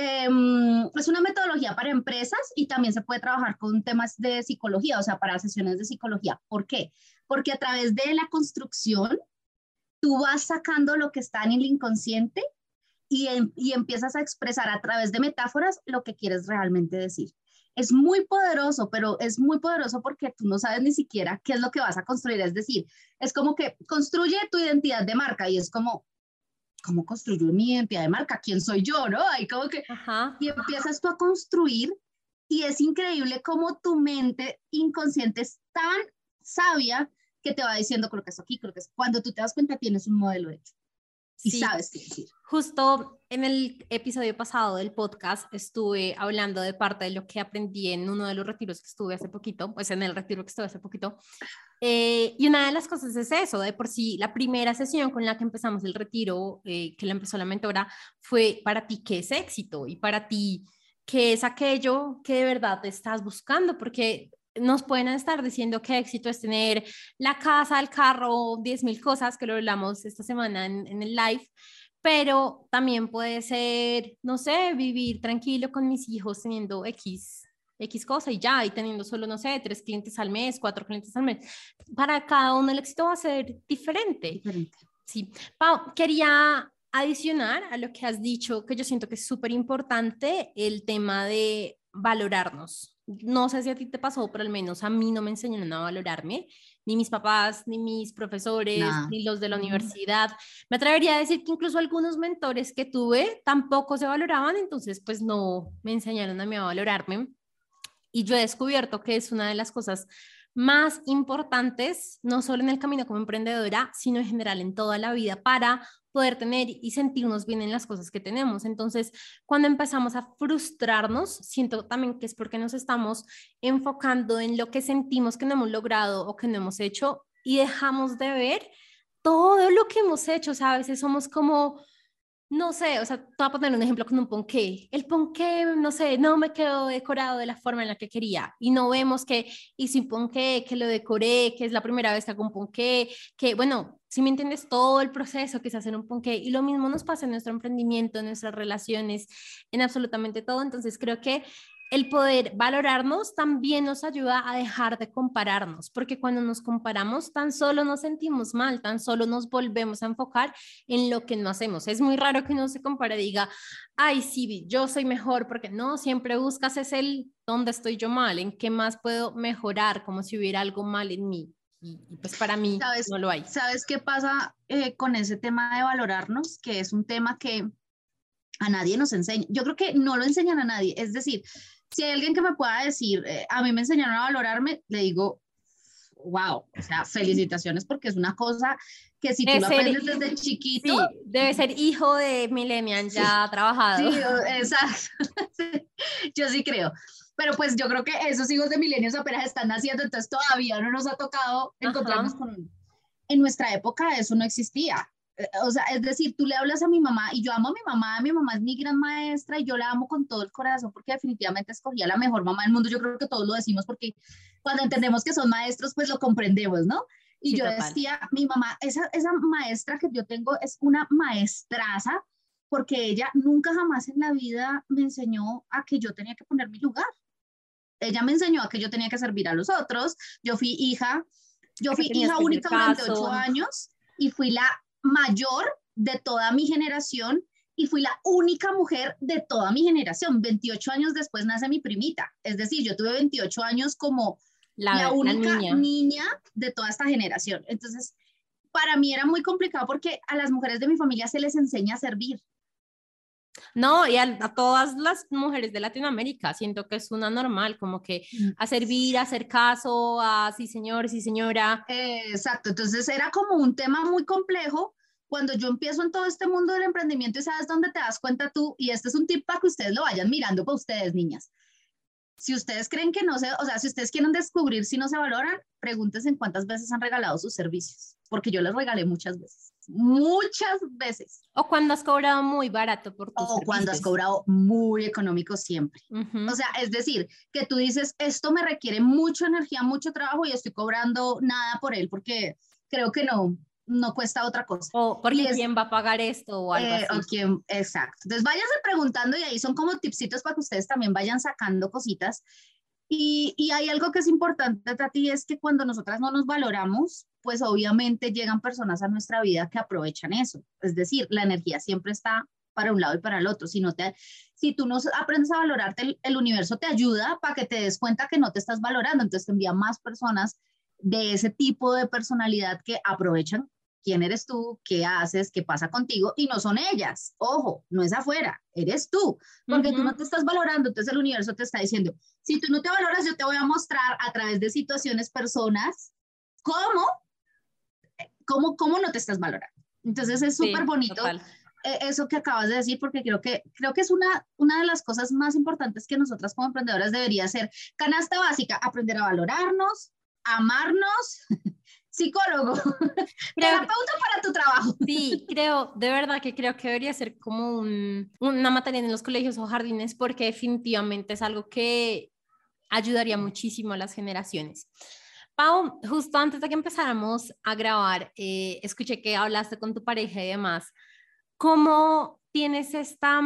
es una metodología para empresas y también se puede trabajar con temas de psicología, o sea, para sesiones de psicología. ¿Por qué? Porque a través de la construcción, tú vas sacando lo que está en el inconsciente y empiezas a expresar a través de metáforas lo que quieres realmente decir. Es muy poderoso, pero es muy poderoso porque tú no sabes ni siquiera qué es lo que vas a construir. Es decir, es como que construye tu identidad de marca y es como, ¿cómo construyo mi identidad de marca? ¿Quién soy yo? ¿No? Ahí como que, Ajá. y empiezas tú a construir y es increíble cómo tu mente inconsciente es tan sabia que te va diciendo, creo que es aquí, creo que es. Cuando tú te das cuenta, tienes un modelo hecho y Sí, sabes qué decir. justo en el episodio pasado del podcast estuve hablando de parte de lo que aprendí en uno de los retiros que estuve hace poquito, pues en el retiro que estuve hace poquito. Y una de las cosas es eso, de por sí, la primera sesión con la que empezamos el retiro, que la empezó la mentora, fue para ti qué es éxito y para ti qué es aquello que de verdad te estás buscando, porque nos pueden estar diciendo que éxito es tener la casa, el carro, 10.000 cosas, que lo hablamos esta semana en el live, pero también puede ser, no sé, vivir tranquilo con mis hijos teniendo X cosa y ya, y teniendo solo, no sé, 3 clientes al mes, 4 clientes al mes. Para cada uno el éxito va a ser diferente. Diferente. Sí. Pau, quería adicionar a lo que has dicho, que yo siento que es súper importante el tema de valorarnos. No sé si a ti te pasó, pero al menos a mí no me enseñaron a valorarme, ni mis papás, ni mis profesores, Nada. ni los de la Ujú. universidad. Me atrevería a decir que incluso algunos mentores que tuve tampoco se valoraban, entonces pues no me enseñaron a mí a valorarme. Y yo he descubierto que es una de las cosas más importantes, no solo en el camino como emprendedora, sino en general en toda la vida, para poder tener y sentirnos bien en las cosas que tenemos. Entonces, cuando empezamos a frustrarnos, siento también que es porque nos estamos enfocando en lo que sentimos que no hemos logrado o que no hemos hecho y dejamos de ver todo lo que hemos hecho. O sea, a veces somos como, no sé, o sea, te voy a poner un ejemplo con un ponqué. El ponqué, no sé, no me quedó decorado de la forma en la que quería. Y no vemos que hice un ponqué, que lo decoré, que es la primera vez que hago un ponqué, que, bueno, si me entiendes, todo el proceso que es hacer un ponqué. Y lo mismo nos pasa en nuestro emprendimiento, en nuestras relaciones, en absolutamente todo. Entonces, creo que el poder valorarnos también nos ayuda a dejar de compararnos, porque cuando nos comparamos, tan solo nos sentimos mal, tan solo nos volvemos a enfocar en lo que no hacemos. Es muy raro que uno se compare y diga, ay, sí, yo soy mejor, porque no, siempre buscas es el dónde estoy yo mal, en qué más puedo mejorar, como si hubiera algo mal en mí. Y pues para mí ¿Sabes, no lo hay. sabes qué pasa con ese tema de valorarnos? Que es un tema que a nadie nos enseña. Yo creo que no lo enseñan a nadie. Es decir, si hay alguien que me pueda decir, a mí me enseñaron a valorarme, le digo, wow, o sea, felicitaciones porque es una cosa que si tú Debe lo ser, aprendes desde chiquito, sí, debe ser hijo de millennial sí, ya trabajado. sí, exacto, yo sí creo. Pero pues yo creo que esos hijos de milenios apenas están naciendo, entonces todavía no nos ha tocado encontrarnos Ajá. con... En nuestra época eso no existía. O sea, es decir, tú le hablas a mi mamá y yo amo a mi mamá es mi gran maestra y yo la amo con todo el corazón porque definitivamente escogía la mejor mamá del mundo. Yo creo que todos lo decimos porque cuando entendemos que son maestros, pues lo comprendemos, ¿no? Y Sí, yo total. decía, mi mamá, esa maestra que yo tengo es una maestraza porque ella nunca jamás en la vida me enseñó a que yo tenía que poner mi lugar. Ella me enseñó a que yo tenía que servir a los otros. Yo fui hija, yo Que fui tenías hija que hacer única durante caso. 8 años y fui la mayor de toda mi generación y fui la única mujer de toda mi generación. 28 años después nace mi primita. Es decir, yo tuve 28 años como la La única niña. niña de toda esta generación. Entonces, para mí era muy complicado porque a las mujeres de mi familia se les enseña a servir. No, y a todas las mujeres de Latinoamérica, siento que es una normal, como que a servir, a hacer caso, a sí señor, sí señora. Exacto, entonces era como un tema muy complejo. Cuando yo empiezo en todo este mundo del emprendimiento y sabes dónde te das cuenta tú, y este es un tip para que ustedes lo vayan mirando para ustedes, niñas. Si ustedes creen que no se, o sea, si ustedes quieren descubrir si no se valoran, pregúntense en cuántas veces han regalado sus servicios, porque yo les regalé muchas veces, O cuando has cobrado muy barato por tus o cuando has servicios. cobrado muy económico siempre. O Ujú. sea, es decir, que tú dices, esto me requiere mucha energía, mucho trabajo y estoy cobrando nada por él porque creo que no cuesta otra cosa. O Y porque es, quién va a pagar esto o algo así. exacto. Entonces váyanse preguntando y ahí son como tipsitos para que ustedes también vayan sacando cositas. Y hay algo que es importante, Tati, es que cuando nosotras no nos valoramos, pues obviamente llegan personas a nuestra vida que aprovechan eso. Es decir, la energía siempre está para un lado y para el otro. Si tú no aprendes a valorarte, el universo te ayuda para que te des cuenta que no te estás valorando. Entonces te envía más personas de ese tipo de personalidad que aprovechan quién eres tú, qué haces, qué pasa contigo, y no son ellas. Ojo, no es afuera, eres tú, porque tú no Ujú. te estás valorando, entonces el universo te está diciendo, si tú no te valoras, yo te voy a mostrar a través de situaciones, personas, cómo, cómo no te estás valorando. Entonces es súper Sí, bonito total. eso que acabas de decir, porque creo que es una de las cosas más importantes que nosotras como emprendedoras debería ser. Canasta básica, aprender a valorarnos, amarnos, psicólogo, Creo, terapeuta para tu trabajo. sí, creo, de verdad que creo que debería ser como una materia en los colegios o jardines porque definitivamente es algo que ayudaría muchísimo a las generaciones. Pau, justo antes de que empezáramos a grabar, escuché que hablaste con tu pareja y demás. ¿Cómo tienes esta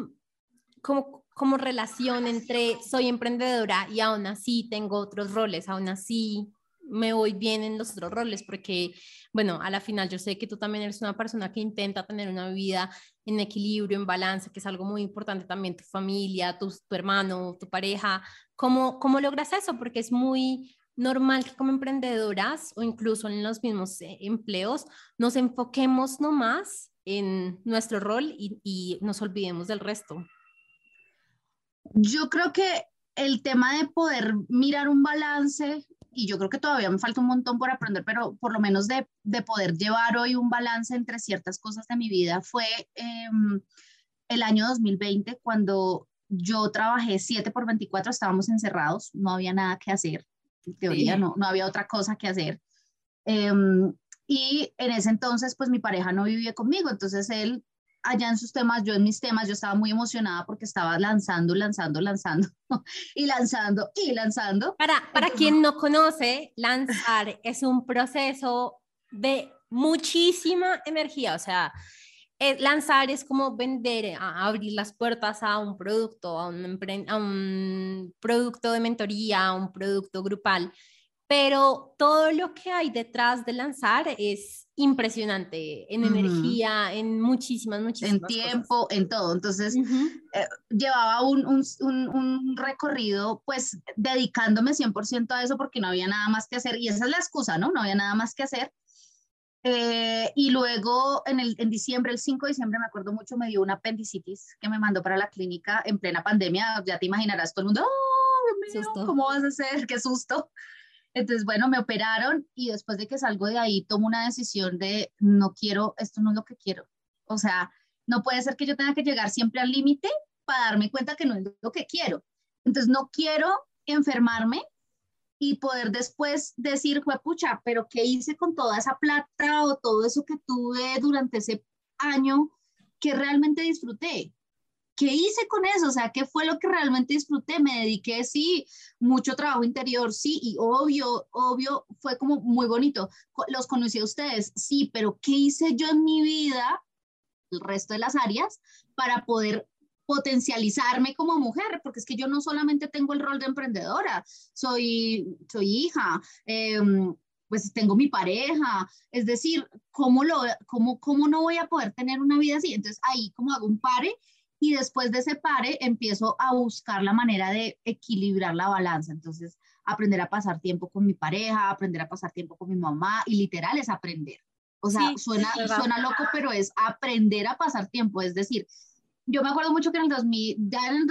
como relación entre soy emprendedora y aún así tengo otros roles, aún así me voy bien en los otros roles? Porque, bueno, a la final yo sé que tú también eres una persona que intenta tener una vida en equilibrio, en balance, que es algo muy importante también, tu familia, tu hermano, tu pareja. ¿Cómo logras eso? Porque es muy normal que como emprendedoras o incluso en los mismos empleos nos enfoquemos nomás en nuestro rol y nos olvidemos del resto. Yo creo que el tema de poder mirar un balance y yo creo que todavía me falta un montón por aprender, pero por lo menos de poder llevar hoy un balance entre ciertas cosas de mi vida, fue el año 2020 cuando yo trabajé 7 por 24, estábamos encerrados, no había nada que hacer, en teoría Sí. no había otra cosa que hacer. Em, y en ese entonces, pues mi pareja no vivía conmigo, entonces él allá en sus temas, yo en mis temas, yo estaba muy emocionada porque estaba lanzando y lanzando. Para Entonces, quien no conoce, lanzar es un proceso de muchísima energía, o sea, lanzar es como vender, abrir las puertas a un producto, a un producto de mentoría, a un producto grupal, pero todo lo que hay detrás de lanzar es impresionante en ujú, energía, en muchísimas, en muchísimas cosas. tiempo, en todo. Entonces, Ujú. llevaba un recorrido, pues dedicándome 100% a eso porque no había nada más que hacer. Y esa es la excusa, ¿no? No había nada más que hacer. Y luego en diciembre, el 5 de diciembre, me acuerdo mucho, me dio una apendicitis que me mandó para la clínica en plena pandemia. Ya te imaginarás todo el mundo, ¡oh, Dios mío! Susto. ¿Cómo vas a hacer? ¡Qué susto! Entonces, bueno, me operaron y después de que salgo de ahí, tomo una decisión de no quiero, esto no es lo que quiero. O sea, no puede ser que yo tenga que llegar siempre al límite para darme cuenta que no es lo que quiero. Entonces, no quiero enfermarme y poder después decir, pucha, pero ¿qué hice con toda esa plata o todo eso que tuve durante ese año que realmente disfruté? ¿Qué hice con eso? O sea, ¿qué fue lo que realmente disfruté? Me dediqué, sí, mucho trabajo interior, sí, y obvio, fue como muy bonito. Los conocí a ustedes, sí, pero ¿qué hice yo en mi vida, el resto de las áreas, para poder potencializarme como mujer? Porque es que yo no solamente tengo el rol de emprendedora, soy hija, pues tengo mi pareja, es decir, ¿cómo no voy a poder tener una vida así? Entonces ahí como hago un pare y después de ese pare empiezo a buscar la manera de equilibrar la balanza. Entonces, aprender a pasar tiempo con mi pareja, aprender a pasar tiempo con mi mamá, y literal es aprender. O sea, Sí, suena, es verdad. suena loco, pero es aprender a pasar tiempo. Es decir, yo me acuerdo mucho que en el 2000, ya en el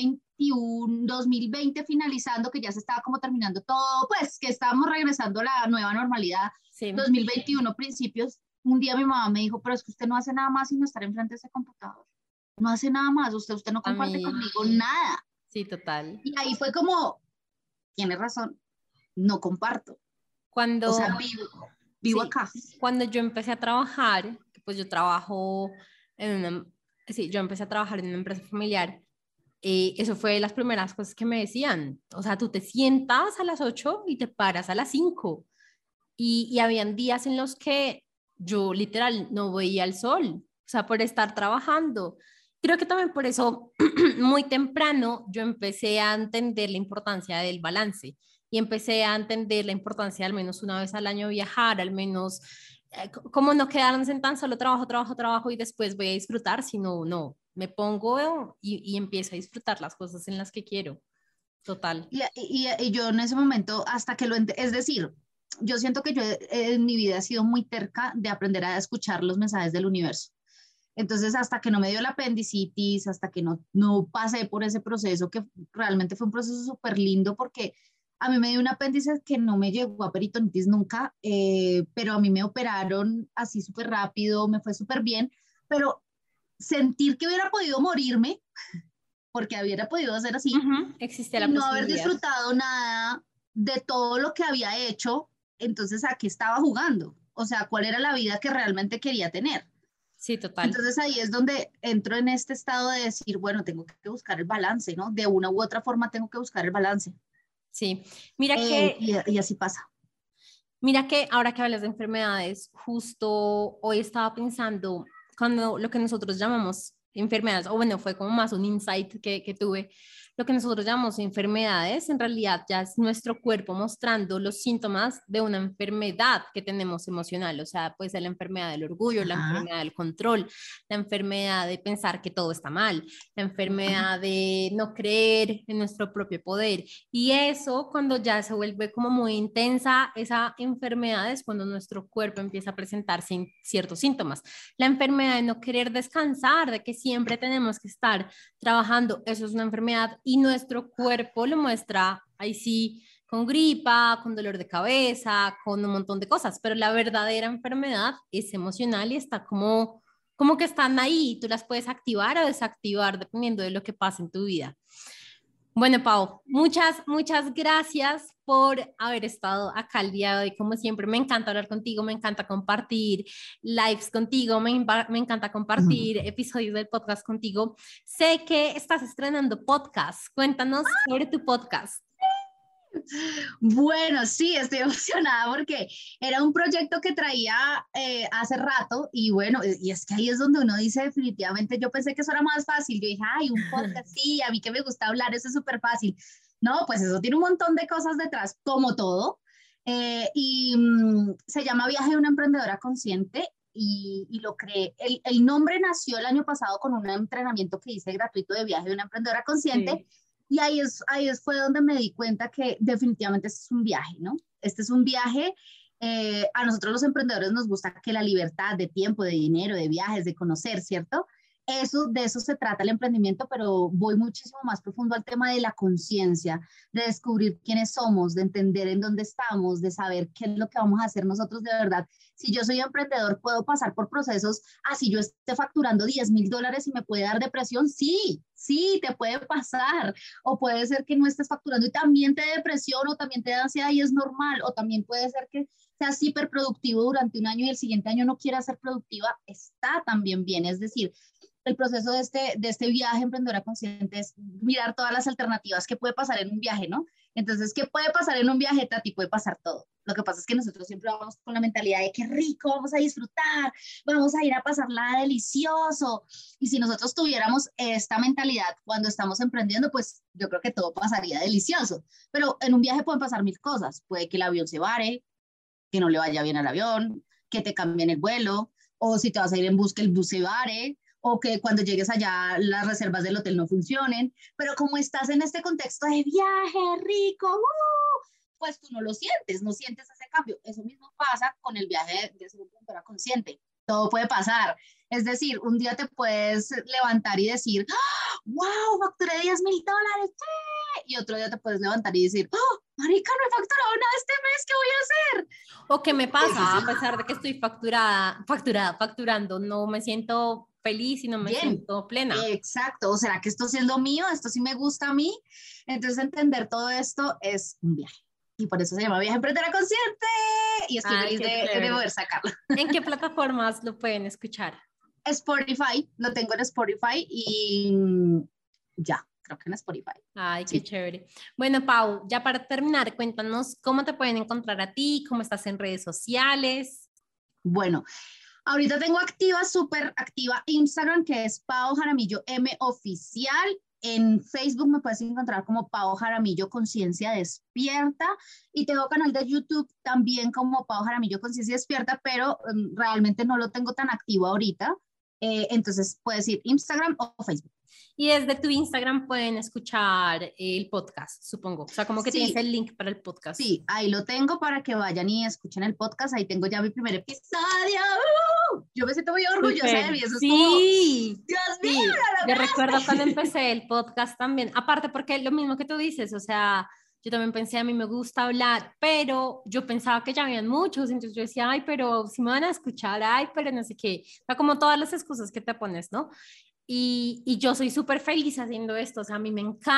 2021, 2020 finalizando, que ya se estaba como terminando todo, pues que estábamos regresando a la nueva normalidad, Sí, 2021 principios, un día mi mamá me dijo, pero es que usted no hace nada más sino estar enfrente de ese computador. No hace nada más, usted no a comparte mí, conmigo nada. sí, total. Y ahí fue como, tiene razón, no comparto. O sea, Cuando, vivo sí, acá. cuando yo empecé a trabajar, pues yo trabajo en una, sí, yo empecé a trabajar en una empresa familiar. Eso fue las primeras cosas que me decían. O sea, tú te sientas a las 8 y te paras a las 5. Y habían días en los que yo literal no veía el sol, o sea, por estar trabajando. Creo que también por eso muy temprano yo empecé a entender la importancia del balance y empecé a entender la importancia de al menos una vez al año viajar, al menos como no quedarnos en tan solo trabajo, trabajo, trabajo y después voy a disfrutar, sino no, me pongo y empiezo a disfrutar las cosas en las que quiero. Total. Y yo en ese momento, hasta que es decir, yo siento que yo en mi vida he sido muy terca de aprender a escuchar los mensajes del universo. Entonces, hasta que no me dio la apendicitis, hasta que no pasé por ese proceso, que realmente fue un proceso súper lindo, porque a mí me dio un apéndice que no me llegó a peritonitis nunca, pero a mí me operaron así súper rápido, me fue súper bien, pero sentir que hubiera podido morirme, porque hubiera podido hacer así, Ujú, existe y la no haber posibilidad. disfrutado nada de todo lo que había hecho, entonces ¿a qué estaba jugando? O sea, ¿cuál era la vida que realmente quería tener? Sí, total. Entonces ahí es donde entro en este estado de decir, bueno, tengo que buscar el balance, ¿no? De una u otra forma tengo que buscar el balance. Sí. Mira que Y así pasa. Mira que ahora que hablas de enfermedades, justo hoy estaba pensando cuando lo que nosotros llamamos enfermedades, o bueno, fue como más un insight que tuve, lo que nosotros llamamos enfermedades, en realidad ya es nuestro cuerpo mostrando los síntomas de una enfermedad que tenemos emocional, o sea, puede ser la enfermedad del orgullo, la Ajá. enfermedad del control, la enfermedad de pensar que todo está mal, la enfermedad de no creer en nuestro propio poder. Y eso, cuando ya se vuelve como muy intensa, esa enfermedad es cuando nuestro cuerpo empieza a presentar ciertos síntomas. La enfermedad de no querer descansar, de que siempre tenemos que estar trabajando, eso es una enfermedad y nuestro cuerpo lo muestra ahí sí con gripa, con dolor de cabeza, con un montón de cosas, pero la verdadera enfermedad es emocional y está como que están ahí, tú las puedes activar o desactivar dependiendo de lo que pase en tu vida. Bueno, Pau, muchas gracias por haber estado acá el día de hoy. Como siempre, me encanta hablar contigo, me encanta compartir lives contigo, me encanta compartir episodios del podcast contigo. Sé que estás estrenando podcast. Cuéntanos sobre tu podcast. Bueno, sí, estoy emocionada porque era un proyecto que traía hace rato y bueno, y es que ahí es donde uno dice definitivamente, yo pensé que eso era más fácil, yo dije, ay, un podcast, sí, a mí que me gusta hablar, eso es súper fácil. No, pues eso tiene un montón de cosas detrás, como todo, se llama Viaje de una emprendedora consciente y lo creé. El nombre nació el año pasado con un entrenamiento que hice gratuito de Viaje de una emprendedora consciente. Sí. Y fue donde me di cuenta que definitivamente este es un viaje, ¿no? Este es un viaje. A nosotros los emprendedores nos gusta que la libertad de tiempo, de dinero, de viajes, de conocer, ¿cierto? De eso se trata el emprendimiento, pero voy muchísimo más profundo al tema de la conciencia, de descubrir quiénes somos, de entender en dónde estamos, de saber qué es lo que vamos a hacer nosotros de verdad. Si yo soy emprendedor, ¿puedo pasar por procesos así yo esté facturando $10,000 y me puede dar depresión? Sí, sí, te puede pasar. O puede ser que no estés facturando y también te dé depresión o también te dé ansiedad y es normal. O también puede ser que seas hiperproductivo durante un año y el siguiente año no quieras ser productiva. Está también bien. Es decir, el proceso de este viaje emprendedora consciente es mirar todas las alternativas que puede pasar en un viaje, ¿no? Entonces, ¿qué puede pasar en un viaje, Tati? Puede pasar todo. Lo que pasa es que nosotros siempre vamos con la mentalidad de qué rico, vamos a disfrutar, vamos a ir a pasarla delicioso. Y si nosotros tuviéramos esta mentalidad cuando estamos emprendiendo, pues yo creo que todo pasaría delicioso. Pero en un viaje pueden pasar mil cosas. Puede que el avión se vare, que no le vaya bien al avión, que te cambien el vuelo, o si te vas a ir en bus, que el bus se vare, o que cuando llegues allá las reservas del hotel no funcionen, pero como estás en este contexto de viaje rico, pues tú no sientes ese cambio. Eso mismo pasa con el viaje de ser emprendedora consciente. Todo puede pasar. Es decir, un día te puedes levantar y decir, wow, facturé $10,000, ¡sí! Y otro día te puedes levantar y decir, marica, no he facturado nada este mes, ¿qué voy a hacer? ¿O qué me pasa? A pesar de que estoy facturando, no me siento feliz y no me siento plena. Exacto. ¿O será que esto sí es lo mío? ¿Esto sí me gusta a mí? Entonces, entender todo esto es un viaje. Y por eso se llama Viaje Emprendedora Consciente. Y estoy feliz de poder sacarlo. ¿En qué plataformas lo pueden escuchar? Spotify. Lo tengo en Spotify y ya. Creo que en Spotify. Ay, qué chévere. Bueno, Pau, ya para terminar, cuéntanos cómo te pueden encontrar a ti, cómo estás en redes sociales. Bueno, ahorita tengo súper activa Instagram, que es Pau Jaramillo M Oficial. En Facebook me puedes encontrar como Pau Jaramillo Conciencia Despierta. Y tengo canal de YouTube también como Pau Jaramillo Conciencia Despierta, pero realmente no lo tengo tan activo ahorita. Entonces puedes ir Instagram o Facebook. Y desde tu Instagram pueden escuchar el podcast, supongo. O sea, como que sí, tienes el link para el podcast. Sí, ahí lo tengo para que vayan y escuchen el podcast. Ahí tengo ya mi primer episodio. Yo me siento muy orgullosa de mí. Eso sí, es como, Dios mío, sí. Yo recuerdo cuando empecé el podcast también. Aparte porque lo mismo que tú dices, o sea, yo también pensé, a mí me gusta hablar, pero yo pensaba que ya habían muchos, entonces yo decía, ay, pero si me van a escuchar, ay, pero no sé qué. O sea, como todas las excusas que te pones, ¿no? Y yo soy súper feliz haciendo esto, o sea, a mí me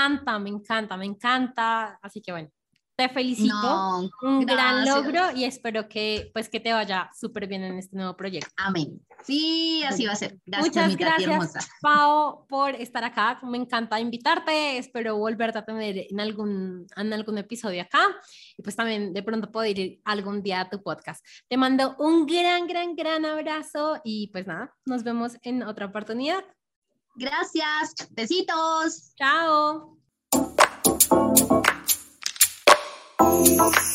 encanta, así que bueno, te felicito, un gran logro y espero que pues que te vaya súper bien en este nuevo proyecto. Amén. Sí, así va a ser. Gracias, muchas gracias, Pau, por estar acá, me encanta invitarte, espero volverte a tener en algún episodio acá y pues también de pronto poder ir algún día a tu podcast. Te mando un gran abrazo y pues nada, nos vemos en otra oportunidad. Gracias, besitos. Chao.